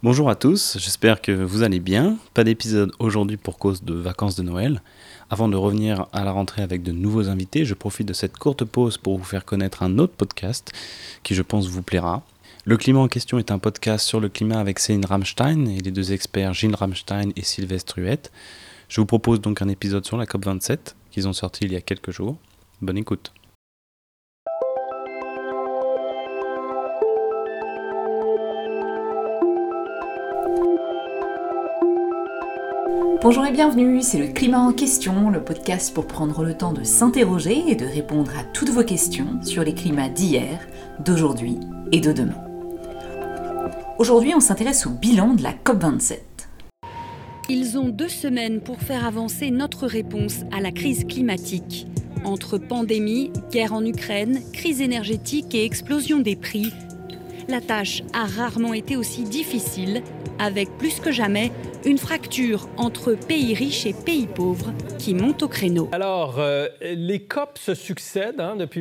Bonjour à tous, j'espère que vous allez bien. Pas d'épisode aujourd'hui pour cause de vacances de Noël. Avant de revenir à la rentrée avec de nouveaux invités, je profite de cette courte pause pour vous faire connaître un autre podcast qui je pense vous plaira. Le climat en question est un podcast sur le climat avec Céline Ramstein et les deux experts Gilles Ramstein et Sylvestre Huette. Je vous propose donc un épisode sur la COP27 qu'ils ont sorti il y a quelques jours. Bonne écoute. Bonjour et bienvenue, c'est le climat en question, le podcast pour prendre le temps de s'interroger et de répondre à toutes vos questions sur les climats d'hier, d'aujourd'hui et de demain. Aujourd'hui, on s'intéresse au bilan de la COP27. Ils ont 2 semaines pour faire avancer notre réponse à la crise climatique. Entre pandémie, guerre en Ukraine, crise énergétique et explosion des prix, la tâche a rarement été aussi difficile, avec plus que jamais une fracture entre pays riches et pays pauvres qui monte au créneau. Alors, les COP se succèdent depuis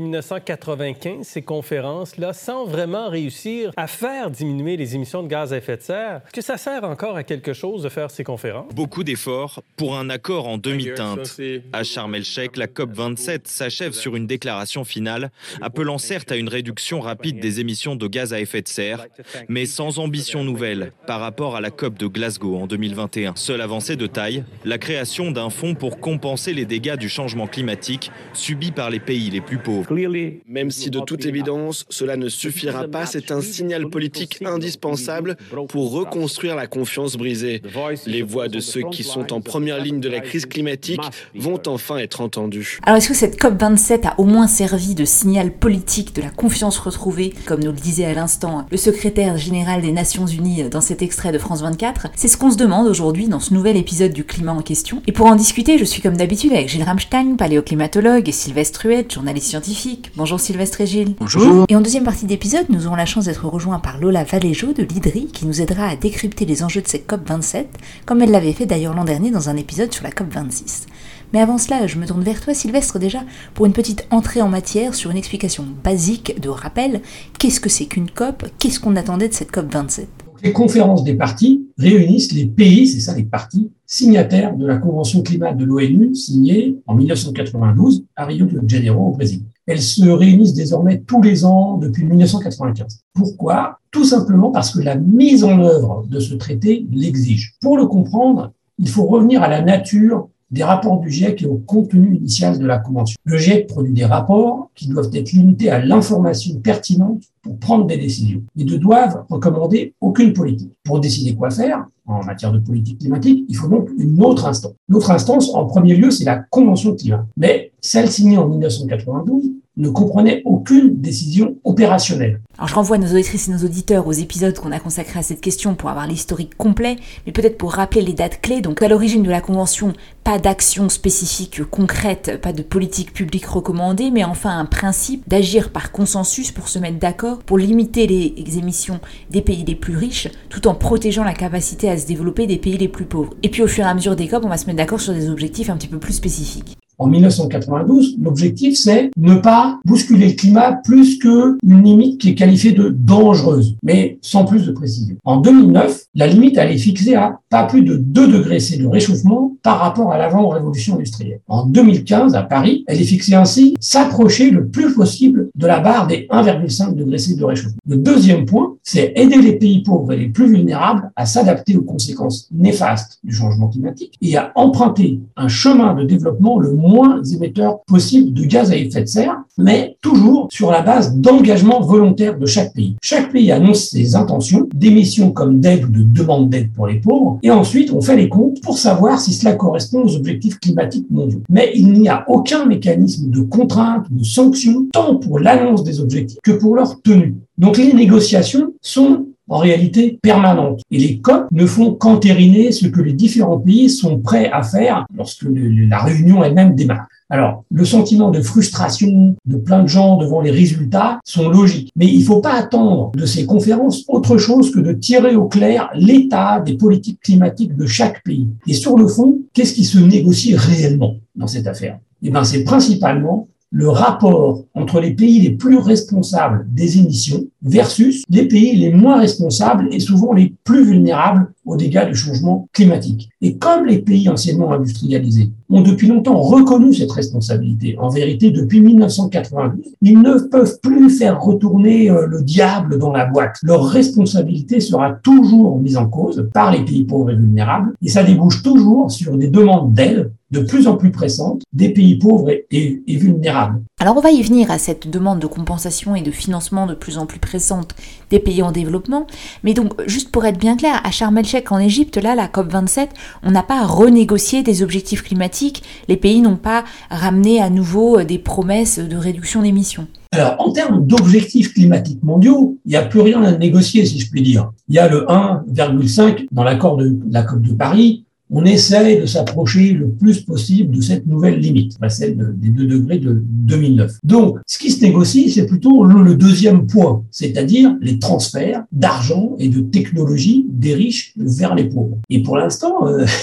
1995, ces conférences-là, sans vraiment réussir à faire diminuer les émissions de gaz à effet de serre. Est-ce que ça sert encore à quelque chose de faire ces conférences? Beaucoup d'efforts pour un accord en demi-teinte. À Sharm el-Sheikh, la COP27 s'achève sur une déclaration finale, appelant certes à une réduction rapide des émissions de gaz à effet de serre, mais sans ambition nouvelle par rapport à la COP de Glasgow en 2021. Seule avancée de taille, la création d'un fonds pour compenser les dégâts du changement climatique subis par les pays les plus pauvres. Même si de toute évidence, cela ne suffira pas, c'est un signal politique indispensable pour reconstruire la confiance brisée. Les voix de ceux qui sont en première ligne de la crise climatique vont enfin être entendues. Alors est-ce que cette COP27 a au moins servi de signal politique de la confiance retrouvée, comme nous le disait à l'instant le secrétaire général des Nations Unies dans cet extrait de France 24 ? C'est ce qu'on se demande aujourd'hui dans ce nouvel épisode du climat en question. Et pour en discuter, je suis comme d'habitude avec Gilles Ramstein, paléoclimatologue, et Sylvestre Huette, journaliste scientifique. Bonjour Sylvestre et Gilles. Bonjour. Et en deuxième partie d'épisode, nous aurons la chance d'être rejoints par Lola Valéjo de l'IDRI, qui nous aidera à décrypter les enjeux de cette COP27, comme elle l'avait fait d'ailleurs l'an dernier dans un épisode sur la COP26. Mais avant cela, je me tourne vers toi Sylvestre déjà, pour une petite entrée en matière sur une explication basique de rappel. Qu'est-ce que c'est qu'une COP ? Qu'est-ce qu'on attendait de cette COP27 ? Les conférences des parties réunissent les pays, c'est ça les parties, signataires de la Convention climat de l'ONU signée en 1992 à Rio de Janeiro au Brésil. Elles se réunissent désormais tous les ans depuis 1995. Pourquoi ? Tout simplement parce que la mise en œuvre de ce traité l'exige. Pour le comprendre, il faut revenir à la nature des rapports du GIEC et au contenu initial de la Convention. Le GIEC produit des rapports qui doivent être limités à l'information pertinente pour prendre des décisions et ne doivent recommander aucune politique. Pour décider quoi faire en matière de politique climatique, il faut donc une autre instance. L'autre instance, en premier lieu, c'est la Convention climat. Mais celle signée en 1992 ne comprenait aucune décision opérationnelle. Alors je renvoie nos auditrices et nos auditeurs aux épisodes qu'on a consacrés à cette question pour avoir l'historique complet, mais peut-être pour rappeler les dates clés. Donc à l'origine de la Convention, pas d'action spécifique concrète, pas de politique publique recommandée, mais enfin un principe d'agir par consensus pour se mettre d'accord, pour limiter les émissions des pays les plus riches, tout en protégeant la capacité à se développer des pays les plus pauvres. Et puis au fur et à mesure des COP, on va se mettre d'accord sur des objectifs un petit peu plus spécifiques. En 1992, l'objectif, c'est ne pas bousculer le climat plus qu'une limite qui est qualifiée de dangereuse, mais sans plus de précision. En 2009, la limite, elle est fixée à pas plus de 2 degrés C de réchauffement par rapport à l'avant-révolution industrielle. En 2015, à Paris, elle est fixée ainsi s'approcher le plus possible de la barre des 1,5 degrés C de réchauffement. Le deuxième point, c'est aider les pays pauvres et les plus vulnérables à s'adapter aux conséquences néfastes du changement climatique et à emprunter un chemin de développement le moins émetteurs possible de gaz à effet de serre, mais toujours sur la base d'engagement volontaire de chaque pays. Chaque pays annonce ses intentions d'émissions comme d'aide ou de demande d'aide pour les pauvres, et ensuite on fait les comptes pour savoir si cela correspond aux objectifs climatiques mondiaux. Mais il n'y a aucun mécanisme de contrainte ou de sanction, tant pour l'annonce des objectifs que pour leur tenue. Donc les négociations sont en réalité permanente. Et les COP ne font qu'entériner ce que les différents pays sont prêts à faire lorsque la réunion elle-même démarre. Alors, le sentiment de frustration de plein de gens devant les résultats sont logiques. Mais il ne faut pas attendre de ces conférences autre chose que de tirer au clair l'état des politiques climatiques de chaque pays. Et sur le fond, qu'est-ce qui se négocie réellement dans cette affaire ? Eh bien, c'est principalement le rapport entre les pays les plus responsables des émissions versus les pays les moins responsables et souvent les plus vulnérables aux dégâts du changement climatique. Et comme les pays anciennement industrialisés ont depuis longtemps reconnu cette responsabilité, en vérité depuis 1992, ils ne peuvent plus faire retourner le diable dans la boîte. Leur responsabilité sera toujours mise en cause par les pays pauvres et vulnérables et ça débouche toujours sur des demandes d'aide de plus en plus pressantes des pays pauvres et vulnérables. Alors on va y venir à cette demande de compensation et de financement de plus en plus pressante des pays en développement, mais donc juste pour être bien clair, à Sharm el-Sheikh en Égypte, là, la COP27, on n'a pas renégocié des objectifs climatiques, les pays n'ont pas ramené à nouveau des promesses de réduction d'émissions. Alors, en termes d'objectifs climatiques mondiaux, il n'y a plus rien à négocier, si je puis dire. Il y a le 1,5 dans l'accord de la COP de Paris. On essaie de s'approcher le plus possible de cette nouvelle limite, celle des 2 degrés de 2009. Donc, ce qui se négocie, c'est plutôt le deuxième point, c'est-à-dire les transferts d'argent et de technologie des riches vers les pauvres. Et pour l'instant,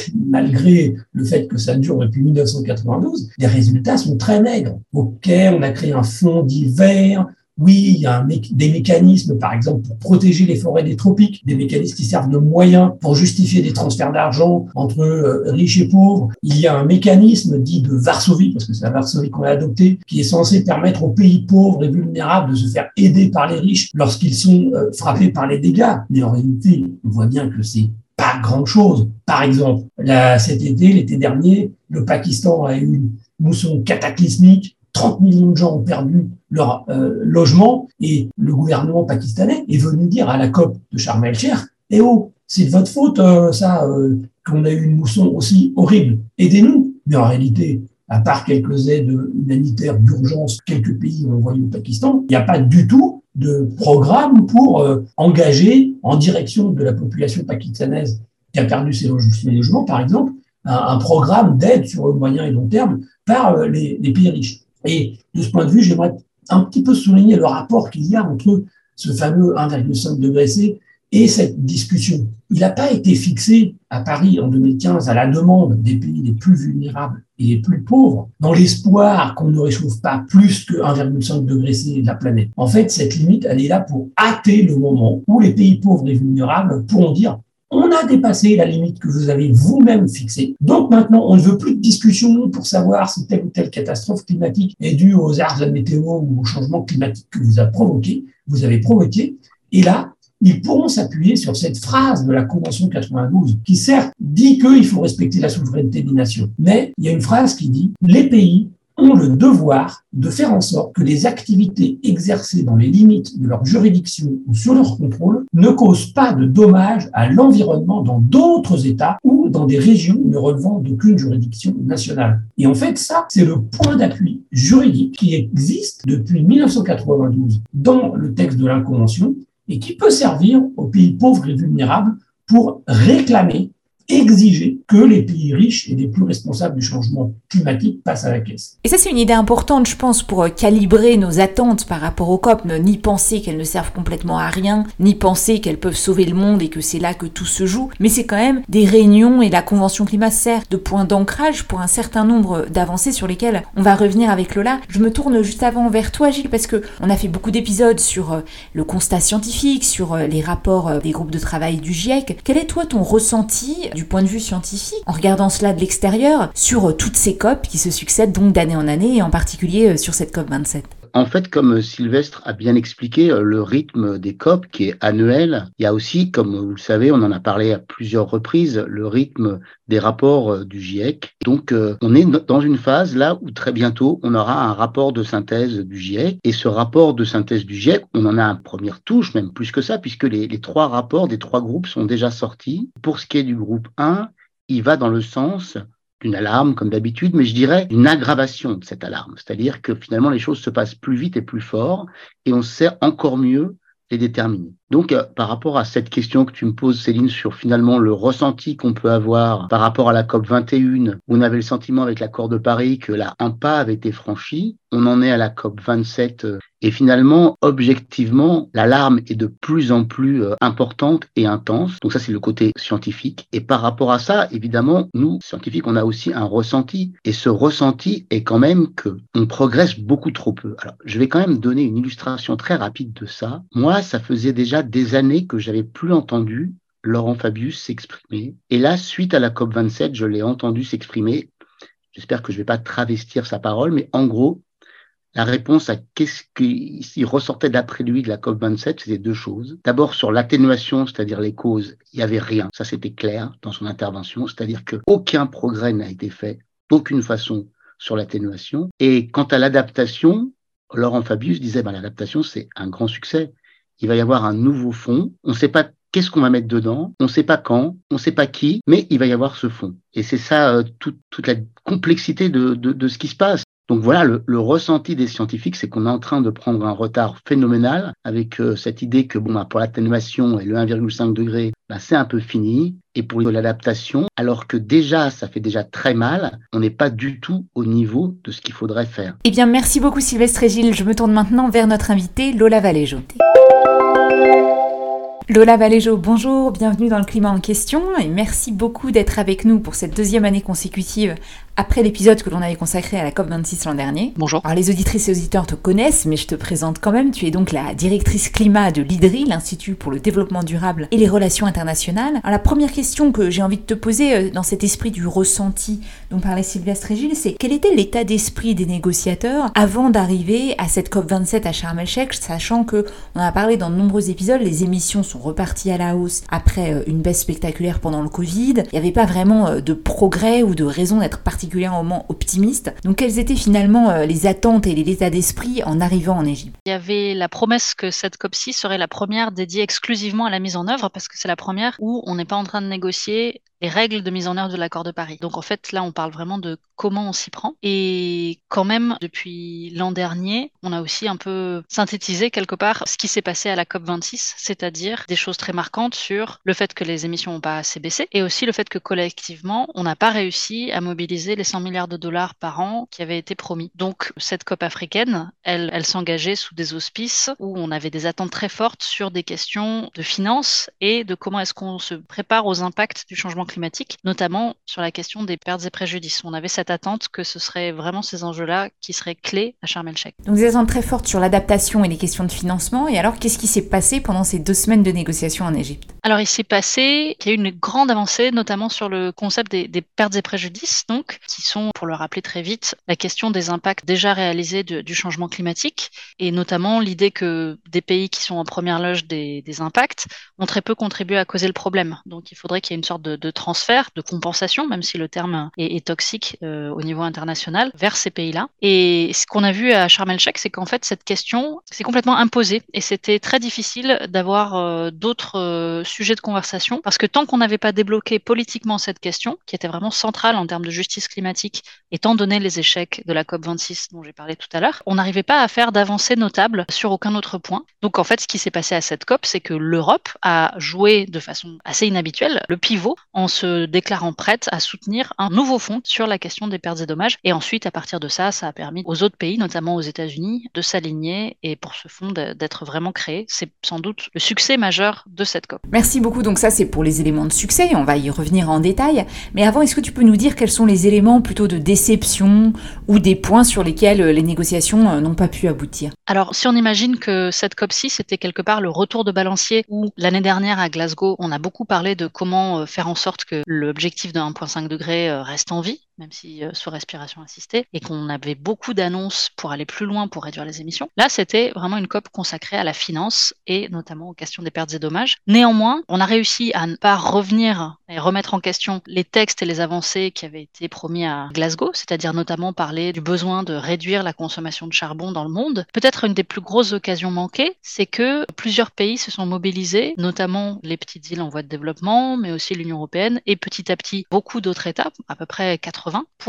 malgré le fait que ça dure depuis 1992, les résultats sont très maigres. Ok, on a créé un fonds d'hiver. Oui, il y a des mécanismes, par exemple, pour protéger les forêts des tropiques, des mécanismes qui servent de moyens pour justifier des transferts d'argent entre riches et pauvres. Il y a un mécanisme dit de Varsovie, parce que c'est la Varsovie qu'on a adopté, qui est censé permettre aux pays pauvres et vulnérables de se faire aider par les riches lorsqu'ils sont frappés par les dégâts. Mais en réalité, on voit bien que c'est pas grand-chose. Par exemple, cet été, l'été dernier, le Pakistan a eu une mousson cataclysmique. 30 millions de gens ont perdu leur logement et le gouvernement pakistanais est venu dire à la COP de Sharm el-Sheikh « Eh oh, c'est de votre faute qu'on a eu une mousson aussi horrible. Aidez-nous » Mais en réalité, à part quelques aides humanitaires d'urgence, quelques pays ont envoyé au Pakistan, il n'y a pas du tout de programme pour engager en direction de la population pakistanaise qui a perdu ses logements, par exemple, un programme d'aide sur le moyen et long terme par les pays riches. Et de ce point de vue, j'aimerais un petit peu souligner le rapport qu'il y a entre ce fameux 1,5 degré C et cette discussion. Il n'a pas été fixé à Paris en 2015 à la demande des pays les plus vulnérables et les plus pauvres, dans l'espoir qu'on ne réchauffe pas plus que 1,5 degré C de la planète. En fait, cette limite, elle est là pour hâter le moment où les pays pauvres et vulnérables pourront dire on a dépassé la limite que vous avez vous-même fixée. Donc maintenant, on ne veut plus de discussion pour savoir si telle ou telle catastrophe climatique est due aux arts de la météo ou au changement climatique que vous avez provoqué. Et là, ils pourront s'appuyer sur cette phrase de la Convention 92 qui certes dit qu'il faut respecter la souveraineté des nations. Mais il y a une phrase qui dit « Les pays ont le devoir de faire en sorte que les activités exercées dans les limites de leur juridiction ou sur leur contrôle ne causent pas de dommages à l'environnement dans d'autres États ou dans des régions ne relevant d'aucune juridiction nationale. » Et en fait, ça, c'est le point d'appui juridique qui existe depuis 1992 dans le texte de la Convention et qui peut servir aux pays pauvres et vulnérables pour réclamer, exiger que les pays riches et les plus responsables du changement climatique passent à la caisse. Et ça, c'est une idée importante, je pense, pour calibrer nos attentes par rapport aux COP, ne ni penser qu'elles ne servent complètement à rien, ni penser qu'elles peuvent sauver le monde et que c'est là que tout se joue, mais c'est quand même des réunions et la Convention climat sert de point d'ancrage pour un certain nombre d'avancées sur lesquelles on va revenir avec Lola. Je me tourne juste avant vers toi, Gilles, parce que on a fait beaucoup d'épisodes sur le constat scientifique, sur les rapports des groupes de travail du GIEC. Quel est, toi, ton ressenti du point de vue scientifique, en regardant cela de l'extérieur, sur toutes ces COP qui se succèdent donc d'année en année, et en particulier sur cette COP27? En fait, comme Sylvestre a bien expliqué, le rythme des COP qui est annuel, il y a aussi, comme vous le savez, on en a parlé à plusieurs reprises, le rythme des rapports du GIEC. Donc, on est dans une phase là où très bientôt, on aura un rapport de synthèse du GIEC. Et ce rapport de synthèse du GIEC, on en a une première touche, même plus que ça, puisque les 3 rapports des 3 groupes sont déjà sortis. Pour ce qui est du groupe 1, il va dans le sens d'une alarme, comme d'habitude, mais je dirais une aggravation de cette alarme. C'est-à-dire que finalement, les choses se passent plus vite et plus fort et on sait encore mieux les déterminer. Donc, par rapport à cette question que tu me poses, Céline, sur finalement le ressenti qu'on peut avoir par rapport à la COP21, où on avait le sentiment avec l'accord de Paris que là, un pas avait été franchi, on en est à la COP27 Et finalement, objectivement, l'alarme est de plus en plus importante et intense. Donc ça, c'est le côté scientifique. Et par rapport à ça, évidemment, nous, scientifiques, on a aussi un ressenti. Et ce ressenti est quand même qu'on progresse beaucoup trop peu. Alors, je vais quand même donner une illustration très rapide de ça. Moi, ça faisait déjà des années que j'avais plus entendu Laurent Fabius s'exprimer. Et là, suite à la COP27, je l'ai entendu s'exprimer. J'espère que je ne vais pas travestir sa parole, mais en gros, la réponse à qu'est-ce qu'il ressortait d'après lui de la COP27, c'était deux choses. D'abord, sur l'atténuation, c'est-à-dire les causes, il n'y avait rien. Ça, c'était clair dans son intervention. C'est-à-dire qu'aucun progrès n'a été fait d'aucune façon sur l'atténuation. Et quant à l'adaptation, Laurent Fabius disait, l'adaptation, c'est un grand succès. Il va y avoir un nouveau fonds. On ne sait pas qu'est-ce qu'on va mettre dedans, on ne sait pas quand, on ne sait pas qui, mais il va y avoir ce fonds. Et c'est ça toute la complexité de ce qui se passe. Donc voilà, le ressenti des scientifiques, c'est qu'on est en train de prendre un retard phénoménal avec cette idée que pour l'atténuation et le 1,5 degré, c'est un peu fini. Et pour l'adaptation, alors que déjà, ça fait déjà très mal, on n'est pas du tout au niveau de ce qu'il faudrait faire. Eh bien, merci beaucoup Sylvestre et Gilles. Je me tourne maintenant vers notre invitée Lola Valéjo. Lola Valéjo, bonjour, bienvenue dans le climat en question et merci beaucoup d'être avec nous pour cette deuxième année consécutive après l'épisode que l'on avait consacré à la COP26 l'an dernier. Bonjour. Alors les auditrices et auditeurs te connaissent, mais je te présente quand même. Tu es donc la directrice climat de l'IDRI, l'Institut pour le développement durable et les relations internationales. Alors la première question que j'ai envie de te poser dans cet esprit du ressenti dont parlait Sylvestre et Gilles, c'est quel était l'état d'esprit des négociateurs avant d'arriver à cette COP27 à Sharm el-Sheikh, sachant que on en a parlé dans de nombreux épisodes, les émissions sont reparties à la hausse après une baisse spectaculaire pendant le Covid. Il n'y avait pas vraiment de progrès ou de raison d'être particulièrement optimiste. Donc quelles étaient finalement les attentes et l'état d'esprit en arrivant en Égypte? Il y avait la promesse que cette COP6 serait la première dédiée exclusivement à la mise en œuvre, parce que c'est la première où on n'est pas en train de négocier les règles de mise en œuvre de l'accord de Paris. Donc en fait, là, on parle vraiment de comment on s'y prend. Et quand même, depuis l'an dernier, on a aussi un peu synthétisé quelque part ce qui s'est passé à la COP26, c'est-à-dire des choses très marquantes sur le fait que les émissions n'ont pas assez baissé et aussi le fait que collectivement, on n'a pas réussi à mobiliser les 100 milliards de dollars par an qui avaient été promis. Donc cette COP africaine, elle s'engageait sous des auspices où on avait des attentes très fortes sur des questions de finances et de comment est-ce qu'on se prépare aux impacts du changement climatique, notamment sur la question des pertes et préjudices. On avait cette attente que ce serait vraiment ces enjeux-là qui seraient clés à Sharm el-Sheikh. Donc des attentes très fortes sur l'adaptation et les questions de financement. Et alors, qu'est-ce qui s'est passé pendant ces 2 semaines de négociations en Égypte? Alors, il s'est passé qu'il y a eu une grande avancée, notamment sur le concept des pertes et préjudices, donc, qui sont, pour le rappeler très vite, la question des impacts déjà réalisés du changement climatique, et notamment l'idée que des pays qui sont en première loge des impacts ont très peu contribué à causer le problème. Donc, il faudrait qu'il y ait une sorte de transfert, de compensation, même si le terme est toxique au niveau international, vers ces pays-là. Et ce qu'on a vu à Sharm el-Sheikh, c'est qu'en fait, cette question s'est complètement imposée, et c'était très difficile d'avoir d'autres sujets de conversation, parce que tant qu'on n'avait pas débloqué politiquement cette question, qui était vraiment centrale en termes de justice climatique, étant donné les échecs de la COP26 dont j'ai parlé tout à l'heure, on n'arrivait pas à faire d'avancées notables sur aucun autre point. Donc en fait, ce qui s'est passé à cette COP, c'est que l'Europe a joué de façon assez inhabituelle le pivot en se déclarant prête à soutenir un nouveau fonds sur la question des pertes et dommages. Et ensuite, à partir de ça, ça a permis aux autres pays, notamment aux États-Unis, de s'aligner et pour ce fonds d'être vraiment créé. C'est sans doute le succès majeur de cette COP. Merci beaucoup. Donc ça, c'est pour les éléments de succès. On va y revenir en détail. Mais avant, est-ce que tu peux nous dire quels sont les éléments plutôt de déception ou des points sur lesquels les négociations n'ont pas pu aboutir? Alors, si on imagine que cette COP6 était quelque part le retour de balancier où l'année dernière à Glasgow, on a beaucoup parlé de comment faire en sorte que l'objectif de 1,5 degré reste en vie, même si sous respiration assistée, et qu'on avait beaucoup d'annonces pour aller plus loin pour réduire les émissions. Là, c'était vraiment une COP consacrée à la finance et notamment aux questions des pertes et dommages. Néanmoins, on a réussi à ne pas revenir et remettre en question les textes et les avancées qui avaient été promis à Glasgow, c'est-à-dire notamment parler du besoin de réduire la consommation de charbon dans le monde. Peut-être une des plus grosses occasions manquées, c'est que plusieurs pays se sont mobilisés, notamment les petites îles en voie de développement, mais aussi l'Union européenne, et petit à petit beaucoup d'autres États, à peu près 80, pour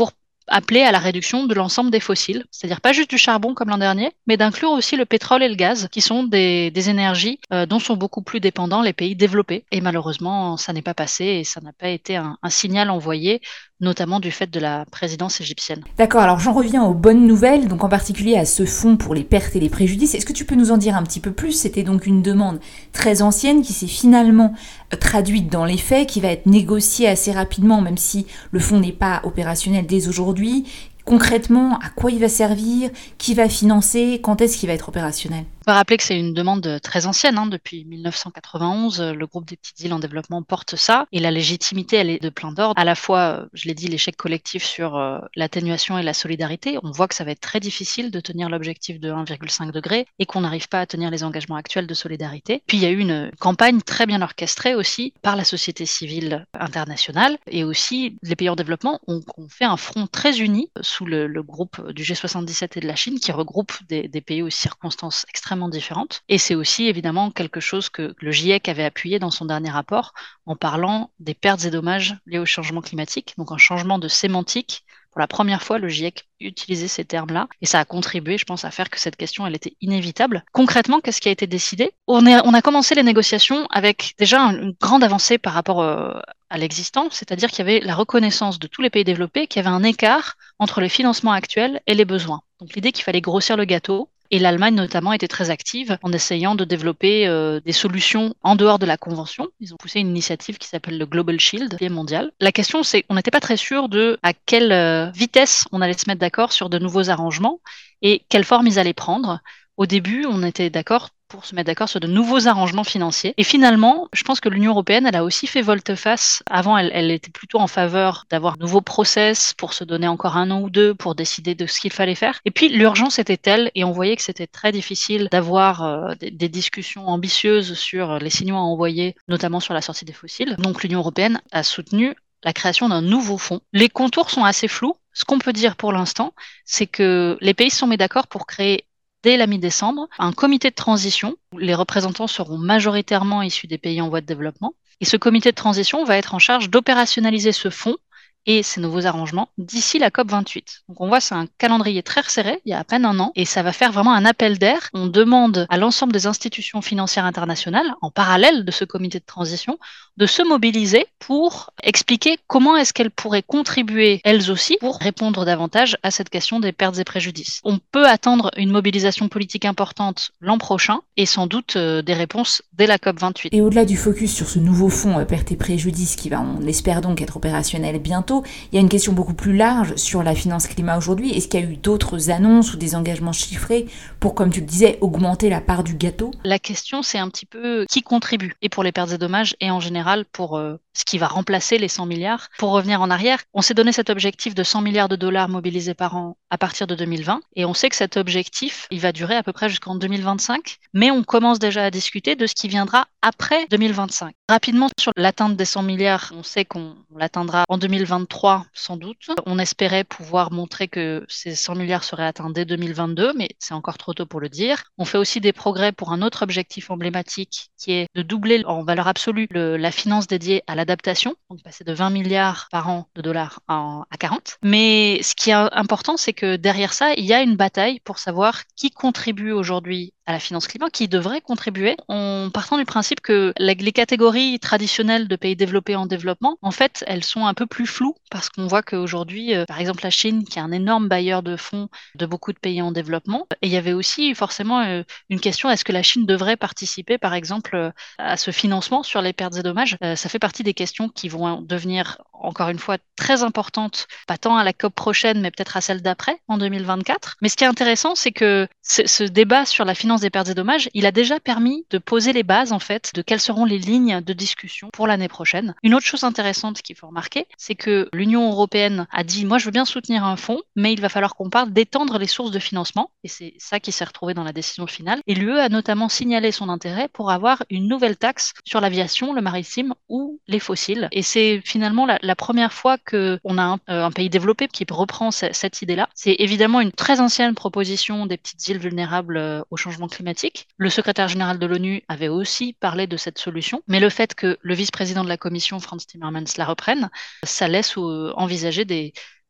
appelé à la réduction de l'ensemble des fossiles, c'est-à-dire pas juste du charbon comme l'an dernier, mais d'inclure aussi le pétrole et le gaz, qui sont des énergies dont sont beaucoup plus dépendants les pays développés. Et malheureusement, ça n'est pas passé et ça n'a pas été un signal envoyé, notamment du fait de la présidence égyptienne. D'accord, alors j'en reviens aux bonnes nouvelles, donc en particulier à ce fonds pour les pertes et les préjudices. Est-ce que tu peux nous en dire un petit peu plus ? C'était donc une demande très ancienne qui s'est finalement traduite dans les faits, qui va être négociée assez rapidement, même si le fonds n'est pas opérationnel dès aujourd'hui. Concrètement, à quoi il va servir ? Qui va financer ? Quand est-ce qu'il va être opérationnel ? On va rappeler que c'est une demande très ancienne, depuis 1991. Le groupe des petites îles en développement porte ça. Et la légitimité, elle est de plein d'ordre. À la fois, je l'ai dit, l'échec collectif sur l'atténuation et la solidarité. On voit que ça va être très difficile de tenir l'objectif de 1,5 degré et qu'on n'arrive pas à tenir les engagements actuels de solidarité. Puis il y a eu une campagne très bien orchestrée aussi par la société civile internationale. Et aussi, les pays en développement ont fait un front très uni sous le groupe du G77 et de la Chine qui regroupe des pays aux circonstances extrêmement différentes. Et c'est aussi évidemment quelque chose que le GIEC avait appuyé dans son dernier rapport en parlant des pertes et dommages liés au changement climatique, donc un changement de sémantique. Pour la première fois, le GIEC utilisait ces termes-là et ça a contribué, je pense, à faire que cette question, elle était inévitable. Concrètement, qu'est-ce qui a été décidé ? On a commencé les négociations avec déjà une grande avancée par rapport à l'existant, c'est-à-dire qu'il y avait la reconnaissance de tous les pays développés qu'il y avait un écart entre les financements actuels et les besoins. Donc l'idée qu'il fallait grossir le gâteau. Et l'Allemagne, notamment, était très active en essayant de développer des solutions en dehors de la Convention. Ils ont poussé une initiative qui s'appelle le Global Shield, qui est mondial. La question, c'est qu'on n'était pas très sûr de à quelle vitesse on allait se mettre d'accord sur de nouveaux arrangements et quelle forme ils allaient prendre. Au début, on était d'accord pour se mettre d'accord sur de nouveaux arrangements financiers. Et finalement, je pense que l'Union européenne, elle a aussi fait volte-face. Avant, elle était plutôt en faveur d'avoir de nouveaux process pour se donner encore 1 an ou 2 pour décider de ce qu'il fallait faire. Et puis, l'urgence était telle, et on voyait que c'était très difficile d'avoir des discussions ambitieuses sur les signaux à envoyer, notamment sur la sortie des fossiles. Donc, l'Union européenne a soutenu la création d'un nouveau fonds. Les contours sont assez flous. Ce qu'on peut dire pour l'instant, c'est que les pays se sont mis d'accord pour créer dès la mi-décembre, un comité de transition où les représentants seront majoritairement issus des pays en voie de développement. Et ce comité de transition va être en charge d'opérationnaliser ce fonds et ces nouveaux arrangements d'ici la COP28. Donc on voit, c'est un calendrier très resserré, il y a à peine 1 an, et ça va faire vraiment un appel d'air. On demande à l'ensemble des institutions financières internationales, en parallèle de ce comité de transition, de se mobiliser pour expliquer comment est-ce qu'elles pourraient contribuer, elles aussi, pour répondre davantage à cette question des pertes et préjudices. On peut attendre une mobilisation politique importante l'an prochain, et sans doute des réponses dès la COP28. Et au-delà du focus sur ce nouveau fonds pertes et préjudices qui va, on espère donc, être opérationnel bientôt, il y a une question beaucoup plus large sur la finance climat aujourd'hui. Est-ce qu'il y a eu d'autres annonces ou des engagements chiffrés pour, comme tu le disais, augmenter la part du gâteau ? La question, c'est un petit peu qui contribue, et pour les pertes et dommages, et en général pour ce qui va remplacer les 100 milliards. Pour revenir en arrière, on s'est donné cet objectif de 100 milliards de dollars mobilisés par an à partir de 2020, et on sait que cet objectif, il va durer à peu près jusqu'en 2025, mais on commence déjà à discuter de ce qui viendra après 2025. Rapidement, sur l'atteinte des 100 milliards, on sait qu'on l'atteindra en 2023 sans doute. On espérait pouvoir montrer que ces 100 milliards seraient atteints dès 2022, mais c'est encore trop tôt pour le dire. On fait aussi des progrès pour un autre objectif emblématique qui est de doubler en valeur absolue la finance dédiée à l'adaptation, donc passer de 20 milliards par an de dollars à 40. Mais ce qui est important, c'est que derrière ça, il y a une bataille pour savoir qui contribue aujourd'hui à la finance climat, qui devrait contribuer, en partant du principe que les catégories traditionnelles de pays développés en développement, en fait, elles sont un peu plus floues, parce qu'on voit qu'aujourd'hui, par exemple, la Chine, qui est un énorme bailleur de fonds de beaucoup de pays en développement, et il y avait aussi forcément une question, est-ce que la Chine devrait participer, par exemple, à ce financement sur les pertes et dommages ? Ça fait partie des questions qui vont devenir, encore une fois, très importantes, pas tant à la COP prochaine, mais peut-être à celle d'après, en 2024. Mais ce qui est intéressant, c'est que ce débat sur la finance des pertes et dommages, il a déjà permis de poser les bases, en fait, de quelles seront les lignes de discussion pour l'année prochaine. Une autre chose intéressante qu'il faut remarquer, c'est que l'Union européenne a dit, moi je veux bien soutenir un fonds, mais il va falloir qu'on parle d'étendre les sources de financement, et c'est ça qui s'est retrouvé dans la décision finale. Et l'UE a notamment signalé son intérêt pour avoir une nouvelle taxe sur l'aviation, le maritime ou les fossiles. Et c'est finalement la première fois qu'on a un pays développé qui reprend cette idée-là. C'est évidemment une très ancienne proposition des petites îles vulnérables au changement climatique. Le secrétaire général de l'ONU avait aussi parlé de cette solution, mais le fait que le vice-président de la Commission, Frans Timmermans, la reprenne, ça laisse envisager des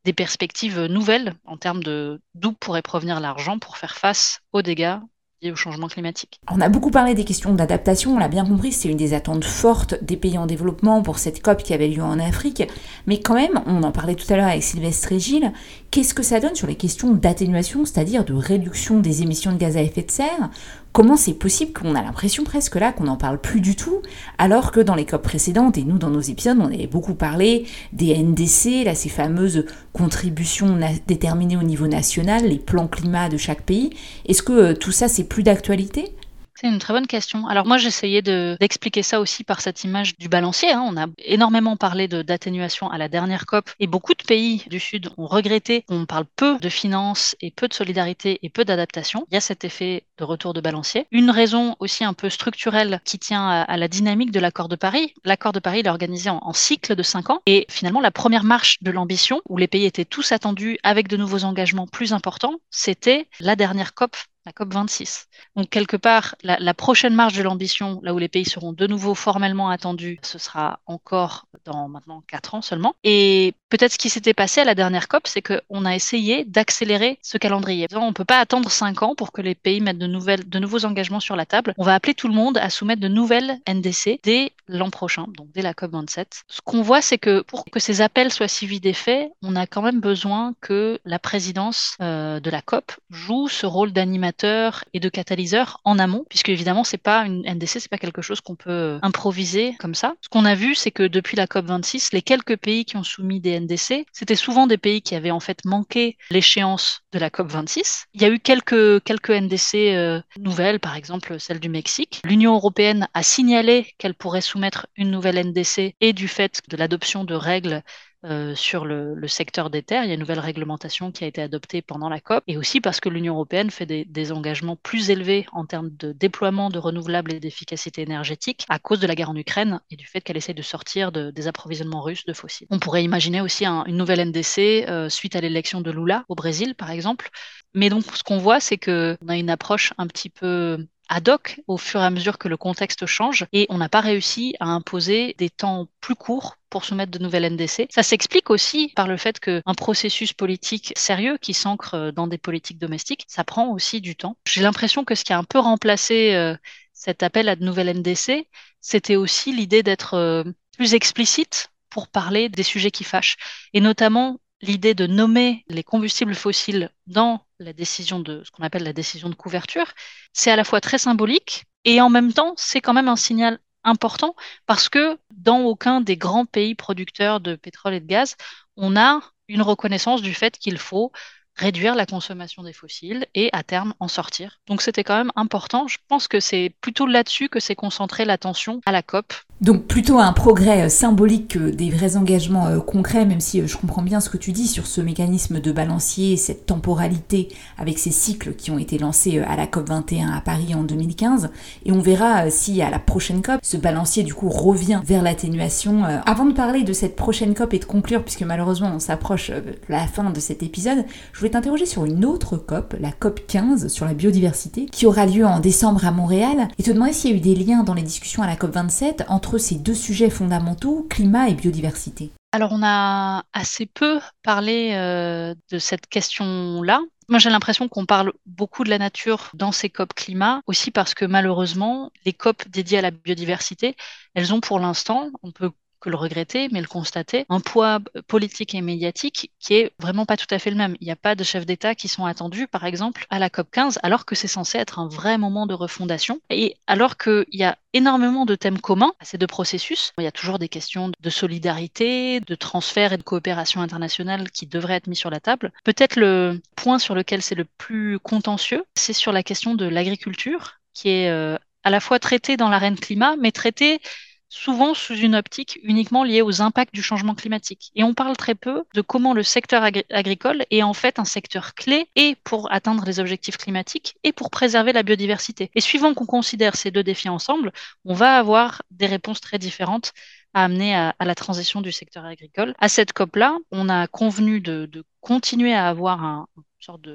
des perspectives nouvelles en termes de d'où pourrait provenir l'argent pour faire face aux dégâts liés au changement climatique. On a beaucoup parlé des questions d'adaptation, on l'a bien compris, c'est une des attentes fortes des pays en développement pour cette COP qui avait lieu en Afrique, mais quand même, on en parlait tout à l'heure avec Sylvestre et Gilles, qu'est-ce que ça donne sur les questions d'atténuation, c'est-à-dire de réduction des émissions de gaz à effet de serre ? Comment c'est possible qu'on a l'impression presque là qu'on n'en parle plus du tout, alors que dans les COP précédentes, et nous dans nos épisodes, on avait beaucoup parlé des NDC, là, ces fameuses contributions déterminées au niveau national, les plans climat de chaque pays. Est-ce que tout ça, c'est plus d'actualité ? C'est une très bonne question. Alors moi, j'essayais d'expliquer ça aussi par cette image du balancier. On a énormément parlé d'atténuation à la dernière COP et beaucoup de pays du Sud ont regretté qu'on parle peu de finances et peu de solidarité et peu d'adaptation. Il y a cet effet de retour de balancier. Une raison aussi un peu structurelle qui tient à la dynamique de l'accord de Paris. L'accord de Paris, il est organisé en cycle de 5 ans et finalement, la première marche de l'ambition où les pays étaient tous attendus avec de nouveaux engagements plus importants, c'était la dernière COP. La COP 26. Donc, quelque part, la prochaine marche de l'ambition, là où les pays seront de nouveau formellement attendus, ce sera encore dans maintenant 4 ans seulement. Et peut-être ce qui s'était passé à la dernière COP, c'est qu'on a essayé d'accélérer ce calendrier. On ne peut pas attendre 5 ans pour que les pays mettent de nouveaux engagements sur la table. On va appeler tout le monde à soumettre de nouvelles NDC dès l'an prochain, donc dès la COP 27. Ce qu'on voit, c'est que pour que ces appels soient suivis d'effets, on a quand même besoin que la présidence de la COP joue ce rôle d'animateur et de catalyseur en amont, puisque évidemment c'est pas une NDC, c'est pas quelque chose qu'on peut improviser comme ça. Ce qu'on a vu, c'est que depuis la COP 26, les quelques pays qui ont soumis des NDC, c'était souvent des pays qui avaient en fait manqué l'échéance de la COP 26. Il y a eu quelques NDC nouvelles, par exemple celle du Mexique. L'Union européenne a signalé qu'elle pourrait soumettre une nouvelle NDC et du fait de l'adoption de règles sur le secteur des terres. Il y a une nouvelle réglementation qui a été adoptée pendant la COP et aussi parce que l'Union européenne fait des engagements plus élevés en termes de déploiement de renouvelables et d'efficacité énergétique à cause de la guerre en Ukraine et du fait qu'elle essaie de sortir des approvisionnements russes de fossiles. On pourrait imaginer aussi une nouvelle NDC suite à l'élection de Lula au Brésil, par exemple. Mais donc, ce qu'on voit, c'est qu'on a une approche un petit peu ad hoc au fur et à mesure que le contexte change et on n'a pas réussi à imposer des temps plus courts pour soumettre de nouvelles NDC. Ça s'explique aussi par le fait qu'un processus politique sérieux qui s'ancre dans des politiques domestiques, ça prend aussi du temps. J'ai l'impression que ce qui a un peu remplacé cet appel à de nouvelles NDC, c'était aussi l'idée d'être plus explicite pour parler des sujets qui fâchent et notamment l'idée de nommer les combustibles fossiles dans la décision de ce qu'on appelle la décision de couverture, c'est à la fois très symbolique et en même temps, c'est quand même un signal important parce que dans aucun des grands pays producteurs de pétrole et de gaz, on a une reconnaissance du fait qu'il faut réduire la consommation des fossiles et à terme en sortir. Donc c'était quand même important. Je pense que c'est plutôt là-dessus que s'est concentrée l'attention à la COP. Donc plutôt un progrès symbolique que des vrais engagements concrets, même si je comprends bien ce que tu dis sur ce mécanisme de balancier, cette temporalité avec ces cycles qui ont été lancés à la COP 21 à Paris en 2015. Et on verra si à la prochaine COP, ce balancier du coup revient vers l'atténuation. Avant de parler de cette prochaine COP et de conclure, puisque malheureusement on s'approche de la fin de cet épisode, je voulais t'interroger sur une autre COP, la COP 15 sur la biodiversité, qui aura lieu en décembre à Montréal, et te demander s'il y a eu des liens dans les discussions à la COP 27 entre ces deux sujets fondamentaux, climat et biodiversité. Alors on a assez peu parlé de cette question-là. Moi j'ai l'impression qu'on parle beaucoup de la nature dans ces COP climat, aussi parce que malheureusement, les COP dédiées à la biodiversité, elles ont pour l'instant, on peut que le regretter, mais le constater, un poids politique et médiatique qui est vraiment pas tout à fait le même. Il n'y a pas de chefs d'État qui sont attendus, par exemple, à la COP 15, alors que c'est censé être un vrai moment de refondation, et alors qu'il y a énormément de thèmes communs à ces deux processus. Il y a toujours des questions de solidarité, de transfert et de coopération internationale qui devraient être mis sur la table. Peut-être le point sur lequel c'est le plus contentieux, c'est sur la question de l'agriculture, qui est à la fois traitée dans l'arène climat, mais traitée souvent sous une optique uniquement liée aux impacts du changement climatique. Et on parle très peu de comment le secteur agricole est en fait un secteur clé et pour atteindre les objectifs climatiques et pour préserver la biodiversité. Et suivant qu'on considère ces deux défis ensemble, on va avoir des réponses très différentes à amener à la transition du secteur agricole. À cette COP-là, on a convenu de continuer à avoir une sorte de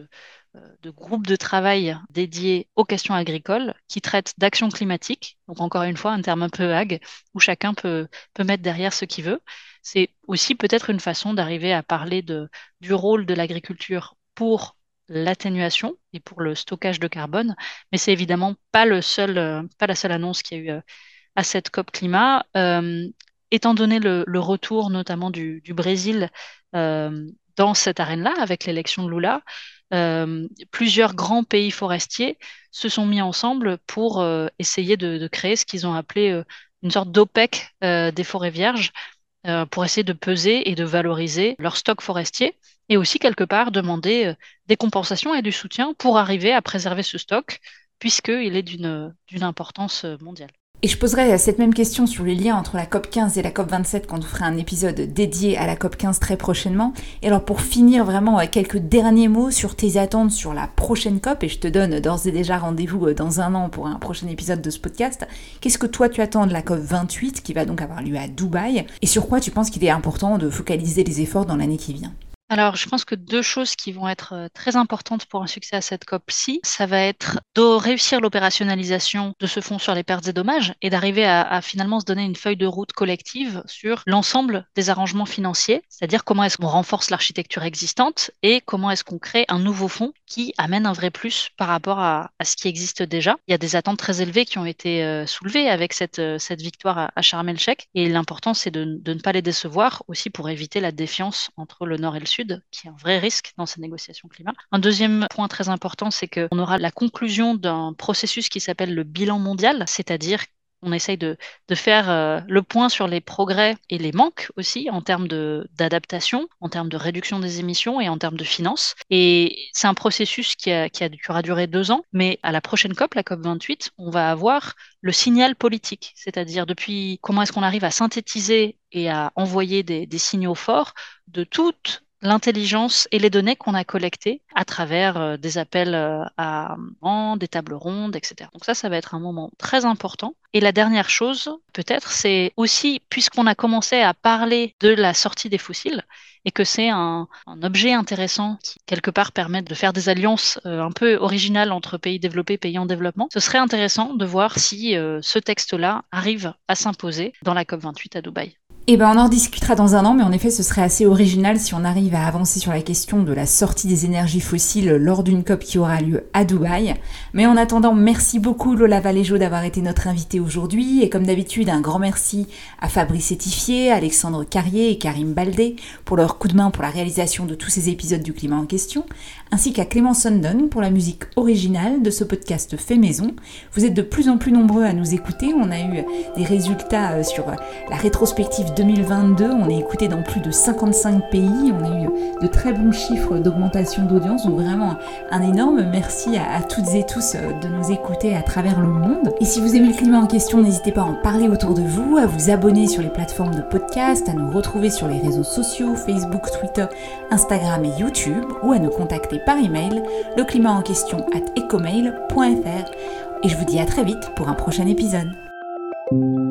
de groupes de travail dédiés aux questions agricoles qui traitent d'action climatique. Donc encore une fois, un terme un peu vague où chacun peut mettre derrière ce qu'il veut. C'est aussi peut-être une façon d'arriver à parler du rôle de l'agriculture pour l'atténuation et pour le stockage de carbone, mais c'est évidemment pas la seule annonce qu'il y a eu à cette COP climat. Étant donné le retour notamment du Brésil dans cette arène-là, avec l'élection de Lula, plusieurs grands pays forestiers se sont mis ensemble pour essayer de créer ce qu'ils ont appelé une sorte d'OPEC des forêts vierges, pour essayer de peser et de valoriser leur stock forestier et aussi quelque part demander des compensations et du soutien pour arriver à préserver ce stock puisqu'il est d'une importance mondiale. Et je poserai cette même question sur les liens entre la COP15 et la COP27 quand on fera un épisode dédié à la COP15 très prochainement. Et alors pour finir vraiment quelques derniers mots sur tes attentes sur la prochaine COP, et je te donne d'ores et déjà rendez-vous dans un an pour un prochain épisode de ce podcast, qu'est-ce que toi tu attends de la COP28 qui va donc avoir lieu à Dubaï et sur quoi tu penses qu'il est important de focaliser les efforts dans l'année qui vient ? Alors, je pense que deux choses qui vont être très importantes pour un succès à cette COP-ci, ça va être de réussir l'opérationnalisation de ce fonds sur les pertes et dommages et d'arriver à finalement se donner une feuille de route collective sur l'ensemble des arrangements financiers, c'est-à-dire comment est-ce qu'on renforce l'architecture existante et comment est-ce qu'on crée un nouveau fonds qui amène un vrai plus par rapport à ce qui existe déjà. Il y a des attentes très élevées qui ont été soulevées avec cette victoire à Sharm el-Sheikh et l'important c'est de ne pas les décevoir aussi pour éviter la défiance entre le Nord et le Sud, qui est un vrai risque dans ces négociations climat. Un deuxième point très important, c'est qu'on aura la conclusion d'un processus qui s'appelle le bilan mondial, c'est-à-dire on essaye de faire le point sur les progrès et les manques aussi en termes d'adaptation, en termes de réduction des émissions et en termes de finances. Et c'est un processus qui aura duré 2 ans, mais à la prochaine COP, la COP 28, on va avoir le signal politique, c'est-à-dire depuis comment est-ce qu'on arrive à synthétiser et à envoyer des signaux forts de toute l'intelligence et les données qu'on a collectées à travers des appels à des tables rondes, etc. Donc ça va être un moment très important. Et la dernière chose, peut-être, c'est aussi, puisqu'on a commencé à parler de la sortie des fossiles, et que c'est un objet intéressant qui, quelque part, permet de faire des alliances un peu originales entre pays développés et pays en développement, ce serait intéressant de voir si ce texte-là arrive à s'imposer dans la COP28 à Dubaï. Eh ben, on en discutera dans un an, mais en effet, ce serait assez original si on arrive à avancer sur la question de la sortie des énergies fossiles lors d'une COP qui aura lieu à Dubaï. Mais en attendant, merci beaucoup Lola Valéjo d'avoir été notre invitée aujourd'hui. Et comme d'habitude, un grand merci à Fabrice Étifier, Alexandre Carrier et Karim Baldé pour leur coup de main pour la réalisation de tous ces épisodes du Climat en question, ainsi qu'à Clément Sundon pour la musique originale de ce podcast fait maison. Vous êtes de plus en plus nombreux à nous écouter. On a eu des résultats sur la rétrospective 2022, on est écouté dans plus de 55 pays, on a eu de très bons chiffres d'augmentation d'audience, donc vraiment un énorme merci à toutes et tous de nous écouter à travers le monde. Et si vous aimez le climat en question, n'hésitez pas à en parler autour de vous, à vous abonner sur les plateformes de podcast, à nous retrouver sur les réseaux sociaux, Facebook, Twitter, Instagram et YouTube, ou à nous contacter par email, leclimatenquestion@ecomail.fr. Et je vous dis à très vite pour un prochain épisode.